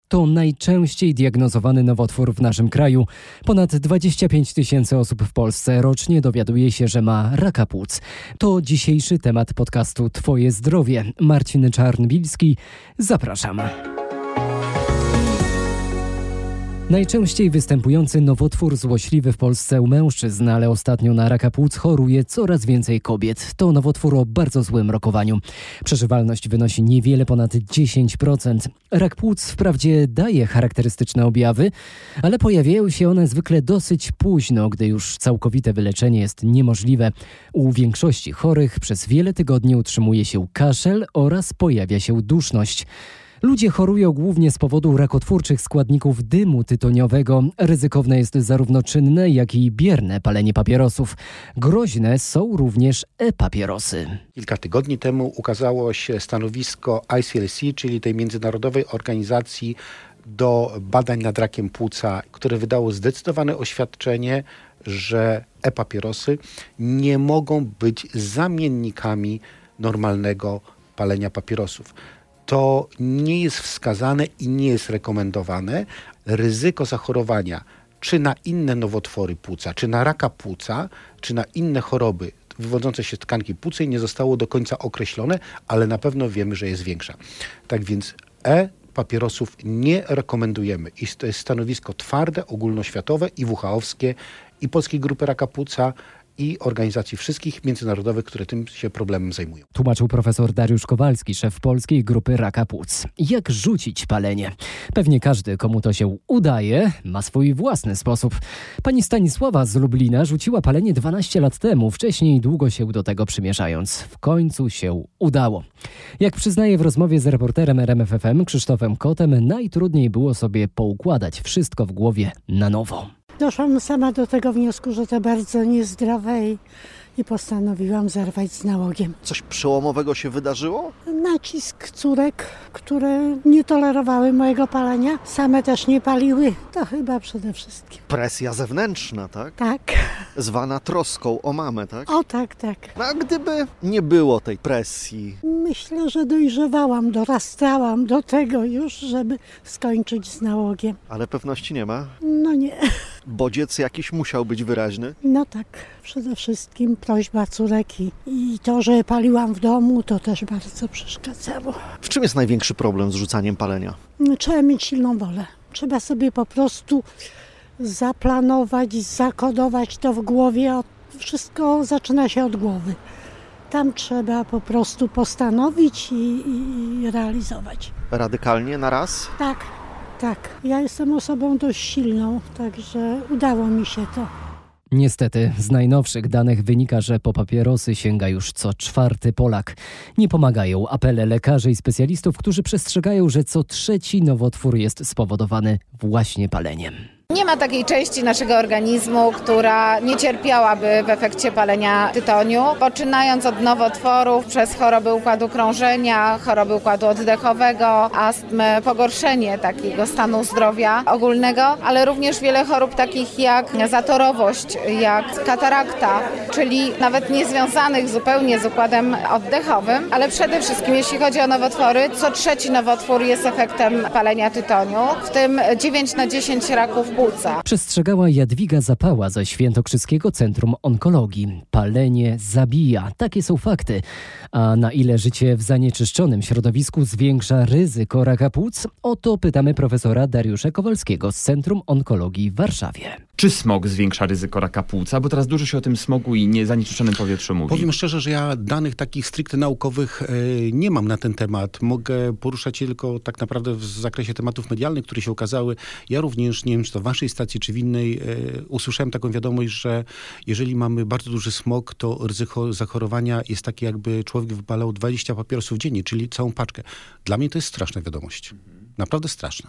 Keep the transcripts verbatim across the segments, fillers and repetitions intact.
To najczęściej diagnozowany nowotwór w naszym kraju. Ponad dwadzieścia pięć tysięcy osób w Polsce rocznie dowiaduje się, że ma raka płuc. To dzisiejszy temat podcastu Twoje zdrowie. Marcin Czarnbilski, zapraszam. Najczęściej występujący nowotwór złośliwy w Polsce u mężczyzn, ale ostatnio na raka płuc choruje coraz więcej kobiet. To nowotwór o bardzo złym rokowaniu. Przeżywalność wynosi niewiele ponad dziesięć procent. Rak płuc wprawdzie daje charakterystyczne objawy, ale pojawiają się one zwykle dosyć późno, gdy już całkowite wyleczenie jest niemożliwe. U większości chorych przez wiele tygodni utrzymuje się kaszel oraz pojawia się duszność. Ludzie chorują głównie z powodu rakotwórczych składników dymu tytoniowego. Ryzykowne jest zarówno czynne, jak i bierne palenie papierosów. Groźne są również e-papierosy. Kilka tygodni temu ukazało się stanowisko I C L C, czyli tej międzynarodowej organizacji do badań nad rakiem płuca, które wydało zdecydowane oświadczenie, że e-papierosy nie mogą być zamiennikami normalnego palenia papierosów. To nie jest wskazane i nie jest rekomendowane. Ryzyko zachorowania czy na inne nowotwory płuca, czy na raka płuca, czy na inne choroby wywodzące się z tkanki płucej nie zostało do końca określone, ale na pewno wiemy, że jest większa. Tak więc e-papierosów nie rekomendujemy. I to jest stanowisko twarde, ogólnoświatowe i W H O-wskie, i Polskiej Grupy Raka Płuca, i organizacji wszystkich międzynarodowych, które tym się problemem zajmują. Tłumaczył profesor Dariusz Kowalski, szef Polskiej Grupy Raka Płuc. Jak rzucić palenie? Pewnie każdy, komu to się udaje, ma swój własny sposób. Pani Stanisława z Lublina rzuciła palenie dwanaście lat temu, wcześniej długo się do tego przymierzając. W końcu się udało. Jak przyznaje w rozmowie z reporterem R M F F M Krzysztofem Kotem, najtrudniej było sobie poukładać wszystko w głowie na nowo. Doszłam sama do tego wniosku, że to bardzo niezdrowe i, i postanowiłam zerwać z nałogiem. Coś przełomowego się wydarzyło? Nacisk córek, które nie tolerowały mojego palenia, same też nie paliły. To chyba przede wszystkim. Presja zewnętrzna, tak? Tak. Zwana troską o mamę, tak? O tak, tak. No a gdyby nie było tej presji? Myślę, że dojrzewałam, dorastałam do tego już, żeby skończyć z nałogiem. Ale pewności nie ma? No nie. Bodziec jakiś musiał być wyraźny? No tak, przede wszystkim prośba córek i, i to, że paliłam w domu, to też bardzo przeszkadzało. W czym jest największy problem z rzucaniem palenia? Trzeba mieć silną wolę. Trzeba sobie po prostu zaplanować, zakodować to w głowie. Wszystko zaczyna się od głowy. Tam trzeba po prostu postanowić i, i realizować. Radykalnie, na raz? Tak. Tak, ja jestem osobą dość silną, także udało mi się to. Niestety, z najnowszych danych wynika, że po papierosy sięga już co czwarty Polak. Nie pomagają apele lekarzy i specjalistów, którzy przestrzegają, że co trzeci nowotwór jest spowodowany właśnie paleniem. Nie ma takiej części naszego organizmu, która nie cierpiałaby w efekcie palenia tytoniu. Poczynając od nowotworów, przez choroby układu krążenia, choroby układu oddechowego, astmę, pogorszenie takiego stanu zdrowia ogólnego, ale również wiele chorób takich jak zatorowość, jak katarakta, czyli nawet niezwiązanych zupełnie z układem oddechowym, ale przede wszystkim jeśli chodzi o nowotwory, co trzeci nowotwór jest efektem palenia tytoniu, w tym dziewięć na dziesięć raków płuca. Przestrzegała Jadwiga Zapała ze Świętokrzyskiego Centrum Onkologii. Palenie zabija. Takie są fakty. A na ile życie w zanieczyszczonym środowisku zwiększa ryzyko raka płuc? O to pytamy profesora Dariusza Kowalskiego z Centrum Onkologii w Warszawie. Czy smog zwiększa ryzyko raka płuca? Bo teraz dużo się o tym smogu i niezanieczyszczonym powietrzu mówi. Powiem szczerze, że ja danych takich stricte naukowych e, nie mam na ten temat. Mogę poruszać się tylko tak naprawdę w zakresie tematów medialnych, które się ukazały. Ja również, nie wiem czy to w waszej stacji, czy w innej, e, usłyszałem taką wiadomość, że jeżeli mamy bardzo duży smog, to ryzyko zachorowania jest takie, jakby człowiek wypalał dwadzieścia papierosów dziennie, czyli całą paczkę. Dla mnie to jest straszna wiadomość. Naprawdę straszna.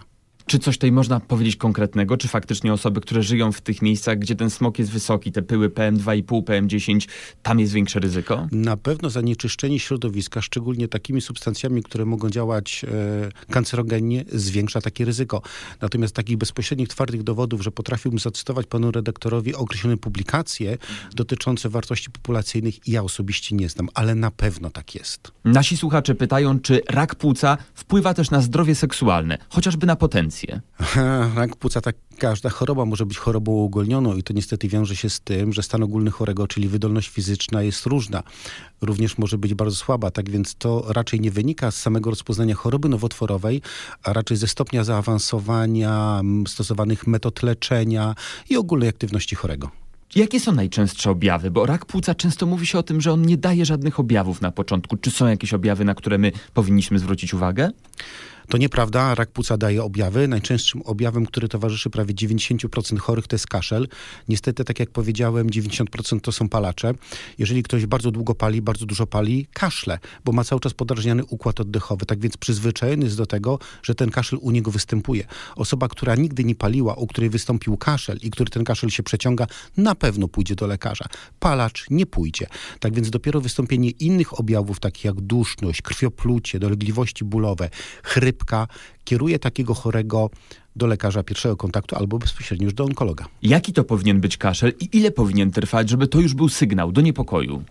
Czy coś tutaj można powiedzieć konkretnego? Czy faktycznie osoby, które żyją w tych miejscach, gdzie ten smog jest wysoki, te pyły P M dwa i pół, P M dziesięć, tam jest większe ryzyko? Na pewno zanieczyszczenie środowiska, szczególnie takimi substancjami, które mogą działać e, kancerogennie, zwiększa takie ryzyko. Natomiast takich bezpośrednich, twardych dowodów, że potrafiłbym zacytować panu redaktorowi określone publikacje dotyczące wartości populacyjnych, ja osobiście nie znam, ale na pewno tak jest. Nasi słuchacze pytają, czy rak płuca wpływa też na zdrowie seksualne, chociażby na potencję. Rak płuca, tak każda choroba może być chorobą uogólnioną i to niestety wiąże się z tym, że stan ogólny chorego, czyli wydolność fizyczna jest różna. Również może być bardzo słaba, tak więc to raczej nie wynika z samego rozpoznania choroby nowotworowej, a raczej ze stopnia zaawansowania, stosowanych metod leczenia i ogólnej aktywności chorego. Jakie są najczęstsze objawy? Bo rak płuca często mówi się o tym, że on nie daje żadnych objawów na początku. Czy są jakieś objawy, na które my powinniśmy zwrócić uwagę? To nieprawda, rak płuca daje objawy. Najczęstszym objawem, który towarzyszy prawie dziewięćdziesiąt procent chorych, to jest kaszel. Niestety, tak jak powiedziałem, dziewięćdziesiąt procent to są palacze. Jeżeli ktoś bardzo długo pali, bardzo dużo pali, kaszle, bo ma cały czas podrażniany układ oddechowy. Tak więc przyzwyczajony jest do tego, że ten kaszel u niego występuje. Osoba, która nigdy nie paliła, u której wystąpił kaszel i który ten kaszel się przeciąga, na pewno pójdzie do lekarza. Palacz nie pójdzie. Tak więc dopiero wystąpienie innych objawów, takich jak duszność, krwioplucie, dolegliwości bólowe, chrypka, kieruje takiego chorego do lekarza pierwszego kontaktu albo bezpośrednio już do onkologa. Jaki to powinien być kaszel i ile powinien trwać, żeby to już był sygnał do niepokoju?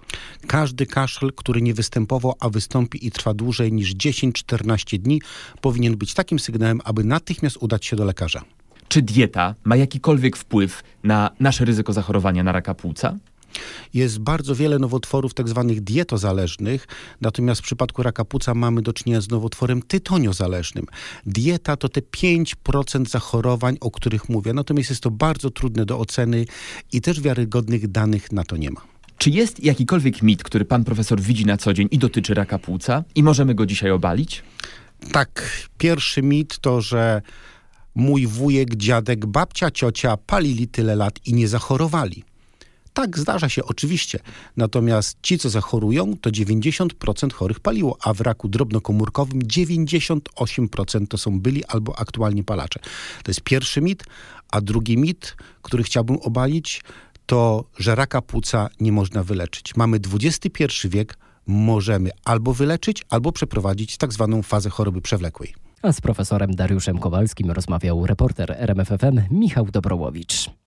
Każdy kaszel, który nie występował, a wystąpi i trwa dłużej niż dziesięć czternaście dni, powinien być takim sygnałem, aby natychmiast udać się do lekarza. Czy dieta ma jakikolwiek wpływ na nasze ryzyko zachorowania na raka płuca? Jest bardzo wiele nowotworów tak zwanych dietozależnych, natomiast w przypadku raka płuca mamy do czynienia z nowotworem tytoniozależnym. Dieta to te pięć procent zachorowań, o których mówię, natomiast jest to bardzo trudne do oceny i też wiarygodnych danych na to nie ma. Czy jest jakikolwiek mit, który pan profesor widzi na co dzień i dotyczy raka płuca i możemy go dzisiaj obalić? Tak, pierwszy mit to, że mój wujek, dziadek, babcia, ciocia palili tyle lat i nie zachorowali. Tak, zdarza się oczywiście. Natomiast ci, co zachorują, to dziewięćdziesiąt procent chorych paliło, a w raku drobnokomórkowym dziewięćdziesiąt osiem procent to są byli albo aktualnie palacze. To jest pierwszy mit, a drugi mit, który chciałbym obalić, to, że raka płuca nie można wyleczyć. Mamy dwudziesty pierwszy wiek, możemy albo wyleczyć, albo przeprowadzić tak zwaną fazę choroby przewlekłej. A z profesorem Dariuszem Kowalskim rozmawiał reporter R M F F M Michał Dobrołowicz.